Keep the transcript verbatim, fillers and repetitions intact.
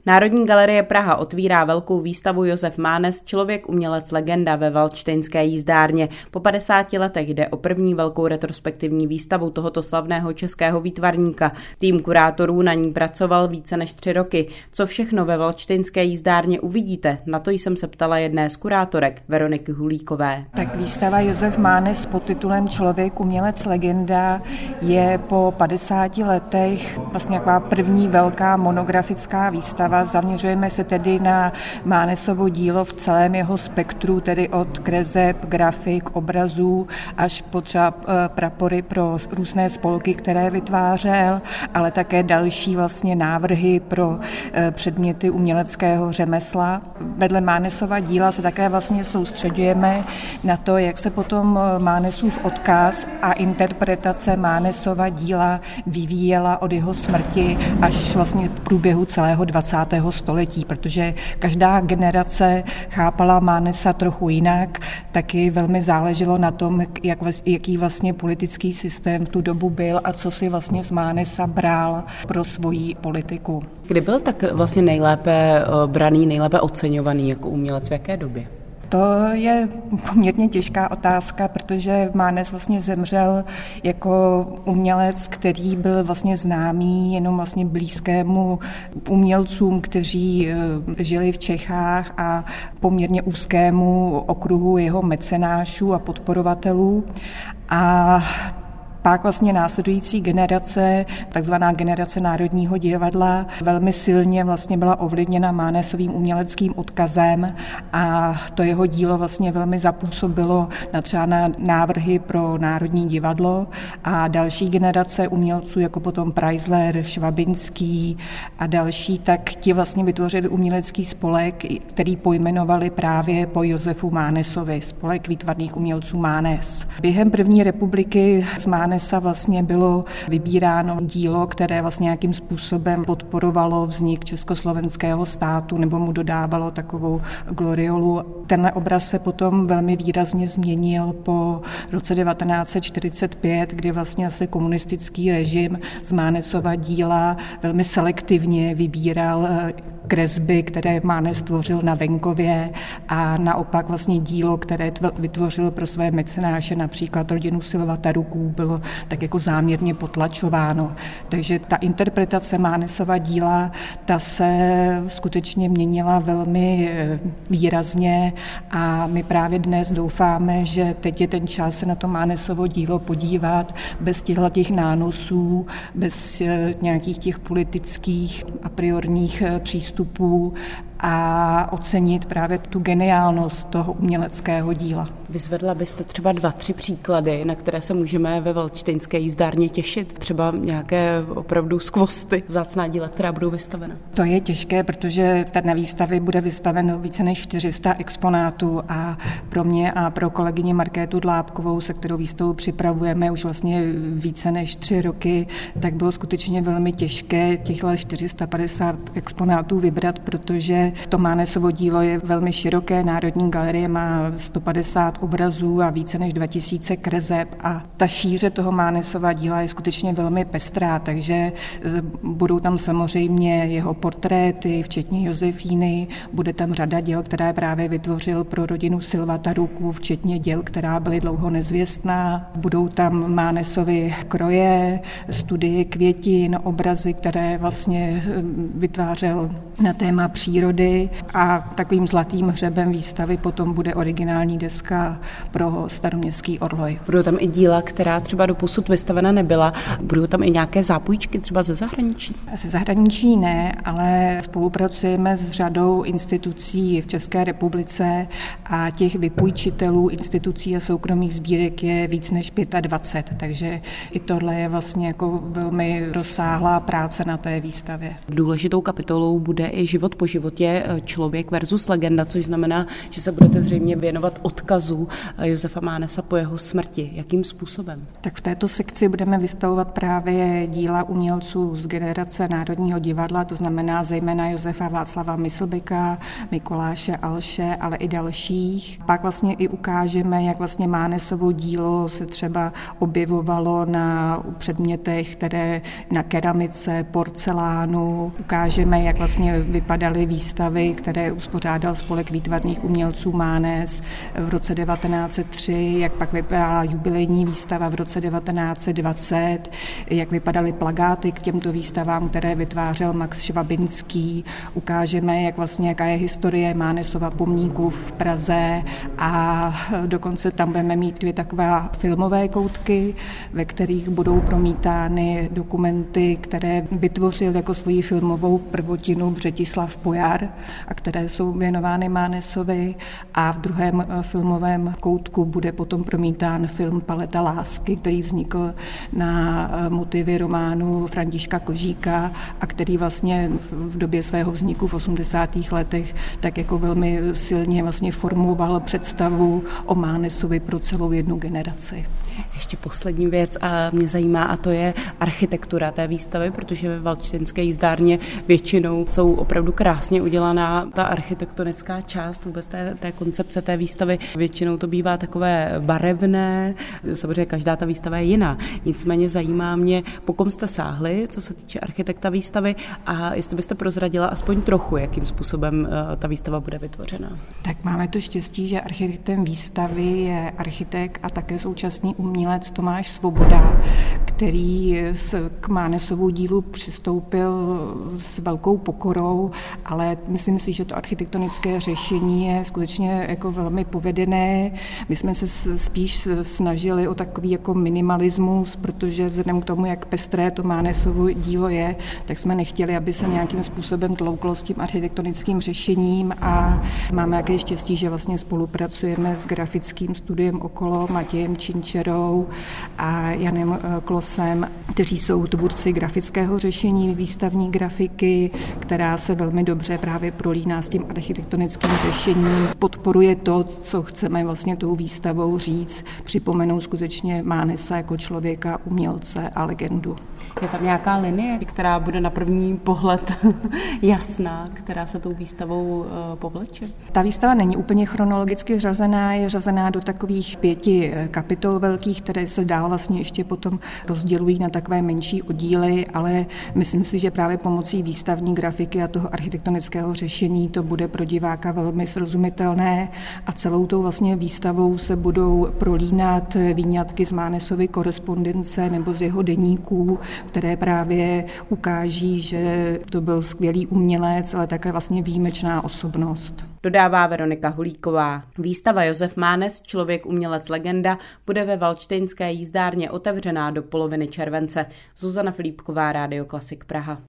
Národní galerie Praha otvírá velkou výstavu Josef Mánes, člověk, umělec, legenda ve Valdštejnské jízdárně. Po padesáti letech jde o první velkou retrospektivní výstavu tohoto slavného českého výtvarníka. Tým kurátorů na ní pracoval více než tři roky. Co všechno ve Valdštejnské jízdárně uvidíte? Na to jsem se ptala jedné z kurátorek, Veroniky Hulíkové. Tak výstava Josef Mánes pod titulem Člověk, umělec, legenda je po padesáti letech vlastně taková první velká monografická výstava. Zaměřujeme se tedy na Mánesovo dílo v celém jeho spektru, tedy od kreseb, grafik, obrazů až po třeba prapory pro různé spolky, které vytvářel, ale také další vlastně návrhy pro předměty uměleckého řemesla. Vedle Mánesova díla se také vlastně soustředujeme na to, jak se potom Mánesův odkaz a interpretace Mánesova díla vyvíjela od jeho smrti až vlastně v průběhu celého dvacátého století, protože každá generace chápala Mánesa trochu jinak, taky velmi záleželo na tom, jak, jaký vlastně politický systém v tu dobu byl a co si vlastně z Mánesa bral pro svoji politiku. Kdy byl tak vlastně nejlépe braný, nejlépe oceňovaný jako umělec, v jaké době? To je poměrně těžká otázka, protože Mánes vlastně zemřel jako umělec, který byl vlastně známý jenom vlastně blízkému umělcům, kteří žili v Čechách a poměrně úzkému okruhu jeho mecenášů a podporovatelů. A pak vlastně následující generace, takzvaná generace Národního divadla, velmi silně vlastně byla ovlivněna Mánesovým uměleckým odkazem a to jeho dílo vlastně velmi zapůsobilo na třeba na návrhy pro Národní divadlo a další generace umělců, jako potom Preisler, Švabinský a další, tak ti vlastně vytvořili umělecký spolek, který pojmenovali právě po Josefu Mánesovi, spolek výtvarných umělců Mánes. Během první republiky z Mánesa vlastně bylo vybíráno dílo, které vlastně nějakým způsobem podporovalo vznik československého státu nebo mu dodávalo takovou gloriolu. Tenhle obraz se potom velmi výrazně změnil po roce devatenáct set čtyřicet pět, kdy vlastně asi komunistický režim z Mánesova díla velmi selektivně vybíral kresby, které Mánes tvořil na venkově a naopak vlastně dílo, které vytvořil pro své mecenáše, například rodinu Silvataruků, bylo tak jako záměrně potlačováno. Takže ta interpretace Mánesova díla, ta se skutečně měnila velmi výrazně a my právě dnes doufáme, že teď je ten čas se na to Mánesovo dílo podívat bez těchto těch nánosů, bez nějakých těch politických a priorních přístupů a ocenit právě tu geniálnost toho uměleckého díla. Vyzvedla byste třeba dva, tři příklady, na které se můžeme ve Valdštejnské jízdárně těšit? Třeba nějaké opravdu skvosty, vzácná díla, která budou vystavena? To je těžké, protože na výstavě bude vystaveno více než čtyři sta exponátů a pro mě a pro kolegyni Markétu Dlábkovou, se kterou výstavu připravujeme už vlastně více než tři roky, tak bylo skutečně velmi těžké těchto čtyři sta padesát exponátů vybrat, protože to Mánesovo dílo je velmi široké. Národní galerie má sto padesát obrazů a více než dva tisíce kreseb a ta šíře toho Mánesova díla je skutečně velmi pestrá, takže budou tam samozřejmě jeho portréty, včetně Josefíny, bude tam řada děl, která právě vytvořil pro rodinu Silvataruků, včetně děl, která byly dlouho nezvěstná. Budou tam Mánesovy kroje, studie květin, obrazy, které vlastně vytvářel na téma přírody a takovým zlatým hřebem výstavy potom bude originální deska pro Staroměstský orloj. Budou tam i díla, která třeba doposud vystavena nebyla. Budou tam i nějaké zápůjčky třeba ze zahraničí? Ze zahraničí ne, ale spolupracujeme s řadou institucí v České republice a těch vypůjčitelů institucí a soukromých sbírek je víc než dvacet pět, takže i tohle je vlastně jako velmi rozsáhlá práce na té výstavě. Důležitou kapitolou bude i život po životě je Člověk versus legenda, což znamená, že se budete zřejmě věnovat odkazu Josefa Mánesa po jeho smrti. Jakým způsobem? Tak v této sekci budeme vystavovat právě díla umělců z generace Národního divadla, to znamená zejména Josefa Václava Myslbeka, Mikuláše Alše, ale i dalších. Pak vlastně i ukážeme, jak vlastně Mánesovo dílo se třeba objevovalo na předmětech, které na keramice, porcelánu. Ukážeme, jak vlastně vypadaly výstavy, které uspořádal Spolek výtvarných umělců Mánes v roce devatenáct set tři, jak pak vypadala jubilejní výstava v roce devatenáct set dvacet, jak vypadaly plakáty k těmto výstavám, které vytvářel Max Švabinský. Ukážeme, jak vlastně, jaká je historie Mánesova pomníku v Praze a dokonce tam budeme mít dvě takové filmové koutky, ve kterých budou promítány dokumenty, které vytvořil jako svoji filmovou prvotinu Břetislav Pojar a které jsou věnovány Mánesovi, a v druhém filmovém koutku bude potom promítán film Paleta lásky, který vznikl na motivy románu Františka Kožíka a který vlastně v době svého vzniku v osmdesátých letech tak jako velmi silně vlastně formoval představu o Mánesovi pro celou jednu generaci. Ještě poslední věc a mě zajímá, a to je architektura té výstavy, protože ve Valčtinské jízdárně většinou jsou opravdu krásně udělaná ta architektonická část vůbec té, té koncepce té výstavy. Většinou to bývá takové barevné, samozřejmě každá ta výstava je jiná. Nicméně zajímá mě, po kom jste sáhli, co se týče architekta výstavy, a jestli byste prozradila aspoň trochu, jakým způsobem ta výstava bude vytvořena. Tak máme to štěstí, že architektem výstavy je architekt a také současný umělec Tomáš Svoboda, který k Mánesovu dílu přistoupil s velkou pokorou, ale myslím si, že to architektonické řešení je skutečně jako velmi povedené. My jsme se spíš snažili o takový jako minimalismus, protože vzhledem k tomu, jak pestré to Mánesovo dílo je, tak jsme nechtěli, aby se nějakým způsobem tlouklo s tím architektonickým řešením, a máme jaké štěstí, že vlastně spolupracujeme s grafickým studiem Okolo, Matějem Činčerou a Janem Klosem, kteří jsou tvůrci grafického řešení, výstavní grafiky, která se velmi dobře právě prolíná s tím architektonickým řešením. Podporuje to, co chceme vlastně tou výstavou říct, připomenout skutečně Mánesa jako člověka, umělce a legendu. Je tam nějaká linie, která bude na první pohled jasná, která se tou výstavou povleče? Ta výstava není úplně chronologicky řazená, je řazená do takových pěti kapitol velkých, které se dál vlastně ještě potom rozdělují na takové menší oddíly, ale myslím si, že právě pomocí výstavní grafiky a toho architektonického řešení to bude pro diváka velmi srozumitelné, a celou tou vlastně výstavou se budou prolínat výňatky z Mánesovy korespondence nebo z jeho deníků, které právě ukáží, že to byl skvělý umělec, ale také vlastně výjimečná osobnost. Dodává Veronika Hulíková. Výstava Josef Mánes, Člověk, umělec, legenda bude ve Valčtejnské jízdárně otevřená do poloviny července. Zuzana Filipková, Rádio Klasik Praha.